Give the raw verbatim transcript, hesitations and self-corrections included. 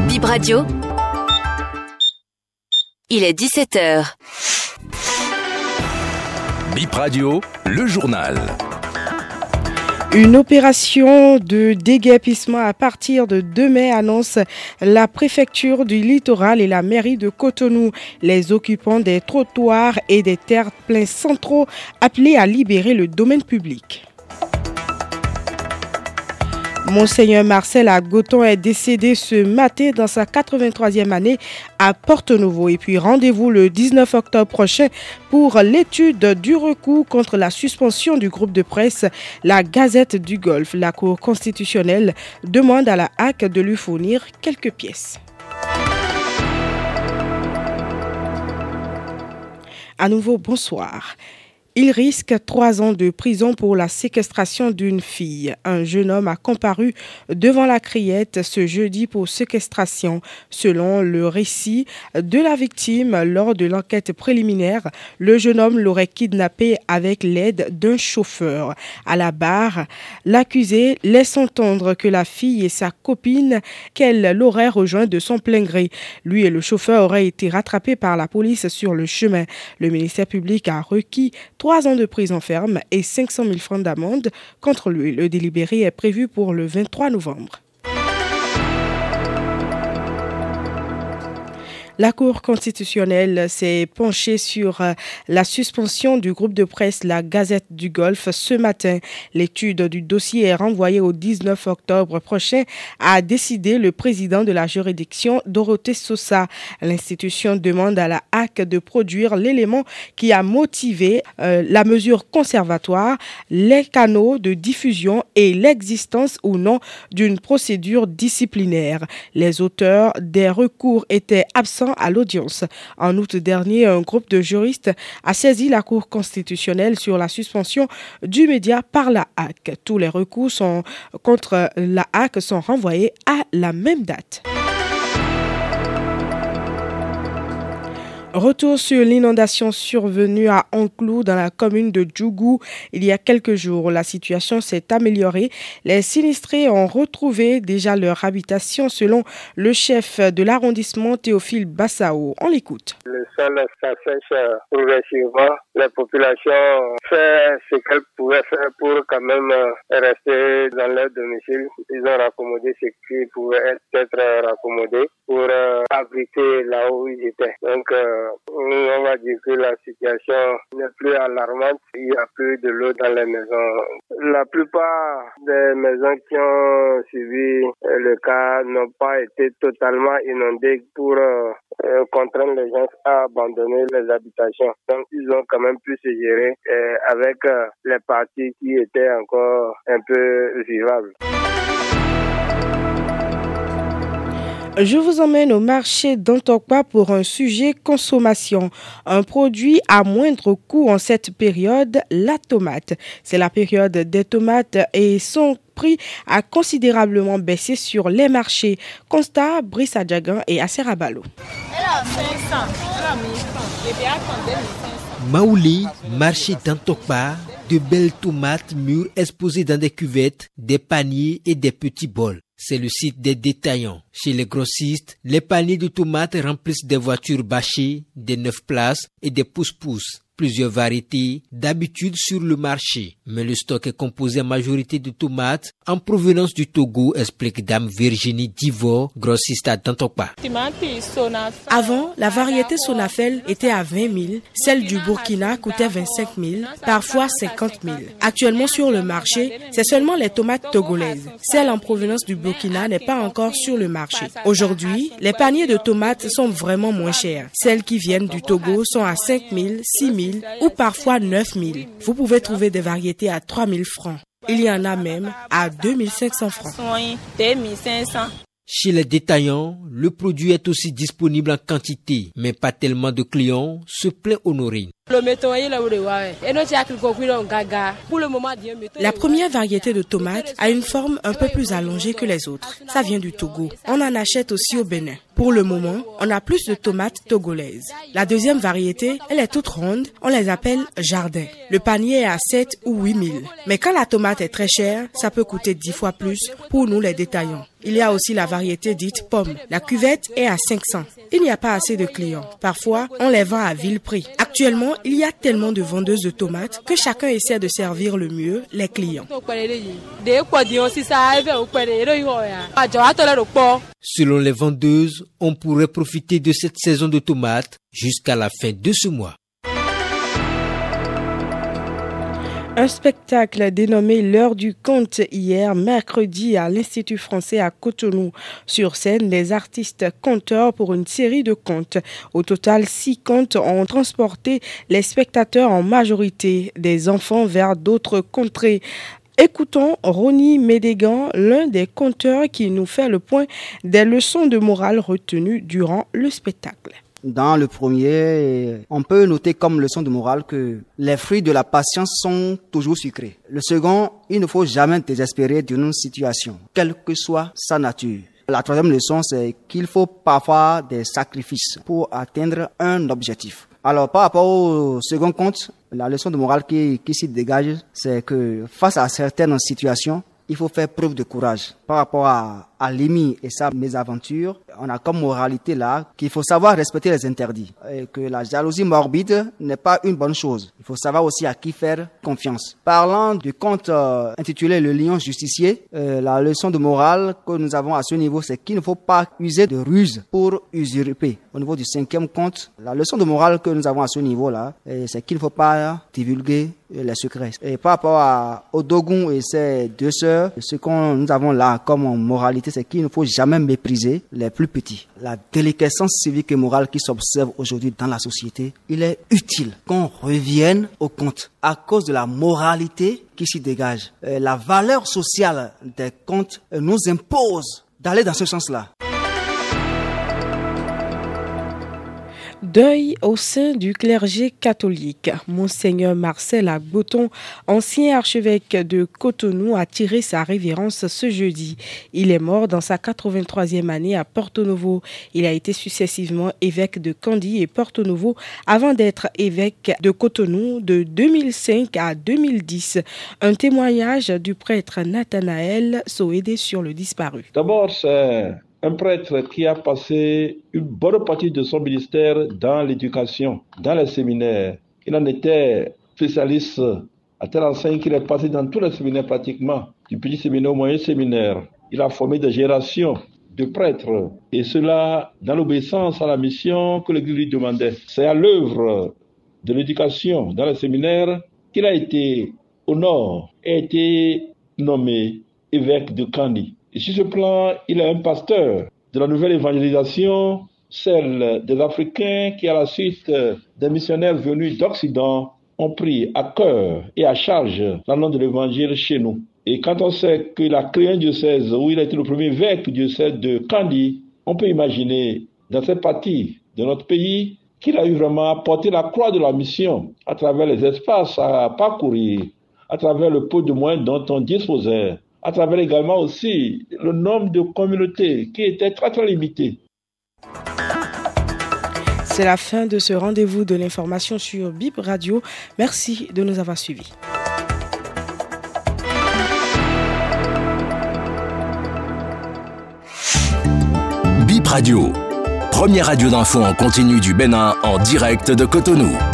Bip Radio, il est dix-sept heures. Bip Radio, le journal. Une opération de déguerpissement à partir de deux mai annonce la préfecture du littoral et la mairie de Cotonou. Les occupants des trottoirs et des terres pleins centraux appelés à libérer le domaine public. Monseigneur Marcel Agoton est décédé ce matin dans sa quatre-vingt-troisième année à Porto-Novo. Et puis rendez-vous le dix-neuf octobre prochain pour l'étude du recours contre la suspension du groupe de presse La Gazette du Golfe. La Cour constitutionnelle demande à la H A C de lui fournir quelques pièces. À nouveau, bonsoir. Il risque trois ans de prison pour la séquestration d'une fille. Un jeune homme a comparu devant la criette ce jeudi pour séquestration. Selon le récit de la victime, lors de l'enquête préliminaire, le jeune homme l'aurait kidnappé avec l'aide d'un chauffeur. À la barre, l'accusé laisse entendre que la fille et sa copine, qu'elle l'aurait rejoint de son plein gré. Lui et le chauffeur auraient été rattrapés par la police sur le chemin. Le ministère public a requis trois ans de prison ferme et cinq cent mille francs d'amende contre lui. Le délibéré est prévu pour le vingt-trois novembre. La Cour constitutionnelle s'est penchée sur la suspension du groupe de presse La Gazette du Golfe ce matin. L'étude du dossier est renvoyée au dix-neuf octobre prochain, a décidé le président de la juridiction, Dorothée Sosa. L'institution demande à la H A C de produire l'élément qui a motivé euh, la mesure conservatoire, les canaux de diffusion et l'existence ou non d'une procédure disciplinaire. Les auteurs des recours étaient absents à l'audience. En août dernier, un groupe de juristes a saisi la Cour constitutionnelle sur la suspension du média par la H A C. Tous les recours sont, contre la H A C sont renvoyés à la même date. Retour sur l'inondation survenue à Onklou dans la commune de Djougou il y a quelques jours. La situation s'est améliorée. Les sinistrés ont retrouvé déjà leur habitation selon le chef de l'arrondissement Théophile Bassao. On l'écoute. Le sol s'assèche progressivement. La population fait ce qu'elle pouvait faire pour quand même rester dans leur domicile. Ils ont raccommodé ce qui pouvait être raccommodé pour abriter là où ils étaient. Donc, on va dire que la situation n'est plus alarmante. Il n'y a plus de l'eau dans les maisons. La plupart des maisons qui ont suivi le cas n'ont pas été totalement inondées pour euh, contraindre les gens à abandonner les habitations. Donc, ils ont quand même pu se gérer euh, avec euh, les parties qui étaient encore un peu vivables. Je vous emmène au marché d'Antokwa pour un sujet consommation. Un produit à moindre coût en cette période, la tomate. C'est la période des tomates et son prix a considérablement baissé sur les marchés. Constat, Brice Adjagan et Asser Abalo. Maouli, marché d'Antokwa, de belles tomates mûres exposées dans des cuvettes, des paniers et des petits bols. C'est le site des détaillants. Chez les grossistes, les paniers de tomates remplissent des voitures bâchées, des neuf places et des pousse-pousse. Plusieurs variétés d'habitude sur le marché. Mais le stock est composé en majorité de tomates en provenance du Togo, explique Dame Virginie Divo, grossiste à Dantokpa. Avant, la variété Sonafel était à vingt mille, celle du Burkina coûtait vingt-cinq mille, parfois cinquante mille. Actuellement sur le marché, c'est seulement les tomates togolaises. Celle en provenance du Burkina n'est pas encore sur le marché. Aujourd'hui, les paniers de tomates sont vraiment moins chers. Celles qui viennent du Togo sont à cinq mille, six mille ou parfois neuf mille. Vous pouvez trouver des variétés à trois mille francs. Il y en a même à deux mille cinq cents francs. Chez les détaillants, le produit est aussi disponible en quantité, mais pas tellement de clients, se plaît Honorine. La première variété de tomates a une forme un peu plus allongée que les autres. Ça vient du Togo. On en achète aussi au Bénin. Pour le moment, on a plus de tomates togolaises. La deuxième variété, elle est toute ronde, on les appelle jardin. Le panier est à sept ou huit mille. Mais quand la tomate est très chère, ça peut coûter dix fois plus pour nous les détaillants. Il y a aussi la variété dite pomme. La cuvette est à cinq cents. Il n'y a pas assez de clients. Parfois, on les vend à vil prix. Actuellement, il y a tellement de vendeuses de tomates que chacun essaie de servir le mieux les clients. Selon les vendeuses, on pourrait profiter de cette saison de tomates jusqu'à la fin de ce mois. Un spectacle dénommé L'heure du conte hier, mercredi, à l'Institut français à Cotonou. Sur scène, les artistes conteurs pour une série de contes. Au total, six contes ont transporté les spectateurs en majorité des enfants vers d'autres contrées. Écoutons Ronnie Médégan, l'un des conteurs qui nous fait le point des leçons de morale retenues durant le spectacle. Dans le premier, on peut noter comme leçon de morale que les fruits de la patience sont toujours sucrés. Le second, il ne faut jamais désespérer d'une situation, quelle que soit sa nature. La troisième leçon, c'est qu'il faut parfois des sacrifices pour atteindre un objectif. Alors, par rapport au second conte, la leçon de morale qui, qui s'y dégage, c'est que face à certaines situations, il faut faire preuve de courage. Par rapport à, à Lémi et sa mésaventure, on a comme moralité là qu'il faut savoir respecter les interdits. Et que la jalousie morbide n'est pas une bonne chose. Il faut savoir aussi à qui faire confiance. Parlant du conte euh, intitulé Le lion justicier, euh, la leçon de morale que nous avons à ce niveau, c'est qu'il ne faut pas user de ruse pour usurper. Au niveau du cinquième conte, la leçon de morale que nous avons à ce niveau-là, c'est qu'il ne faut pas divulguer les secrets. Et par rapport à Odogun et ses deux sœurs, ce que nous avons là comme moralité, c'est qu'il ne faut jamais mépriser les plus petits. La déliquescence civique et morale qui s'observe aujourd'hui dans la société, il est utile qu'on revienne au conte à cause de la moralité qui s'y dégage. La valeur sociale des contes nous impose d'aller dans ce sens-là. Deuil au sein du clergé catholique. Monseigneur Marcel Agboton, ancien archevêque de Cotonou, a tiré sa révérence ce jeudi. Il est mort dans sa quatre-vingt-troisième année à Porto Novo. Il a été successivement évêque de Kandy et Porto Novo avant d'être évêque de Cotonou de deux mille cinq à deux mille dix. Un témoignage du prêtre Nathanaël Soédé sur le disparu. D'abord, c'est un prêtre qui a passé une bonne partie de son ministère dans l'éducation, dans les séminaires. Il en était spécialiste à telle enseigne qu'il est passé dans tous les séminaires pratiquement, du petit séminaire au moyen séminaire. Il a formé des générations de prêtres, et cela dans l'obéissance à la mission que l'Église lui demandait. C'est à l'œuvre de l'éducation dans les séminaires qu'il a été au nord et a été nommé évêque de Kandy. Et sur ce plan, il est un pasteur de la nouvelle évangélisation, celle des Africains qui, à la suite des missionnaires venus d'Occident, ont pris à cœur et à charge l'annonce de l'évangile chez nous. Et quand on sait qu'il a créé un diocèse où il a été le premier évêque du diocèse de Kandy, on peut imaginer dans cette partie de notre pays qu'il a eu vraiment apporté la croix de la mission à travers les espaces à parcourir, à travers le peu de moyens dont on disposait, à travers également aussi le nombre de communautés qui était très très limité. C'est la fin de ce rendez-vous de l'information sur B I P Radio. Merci de nous avoir suivis. B I P Radio, première radio d'info en continu du Bénin en direct de Cotonou.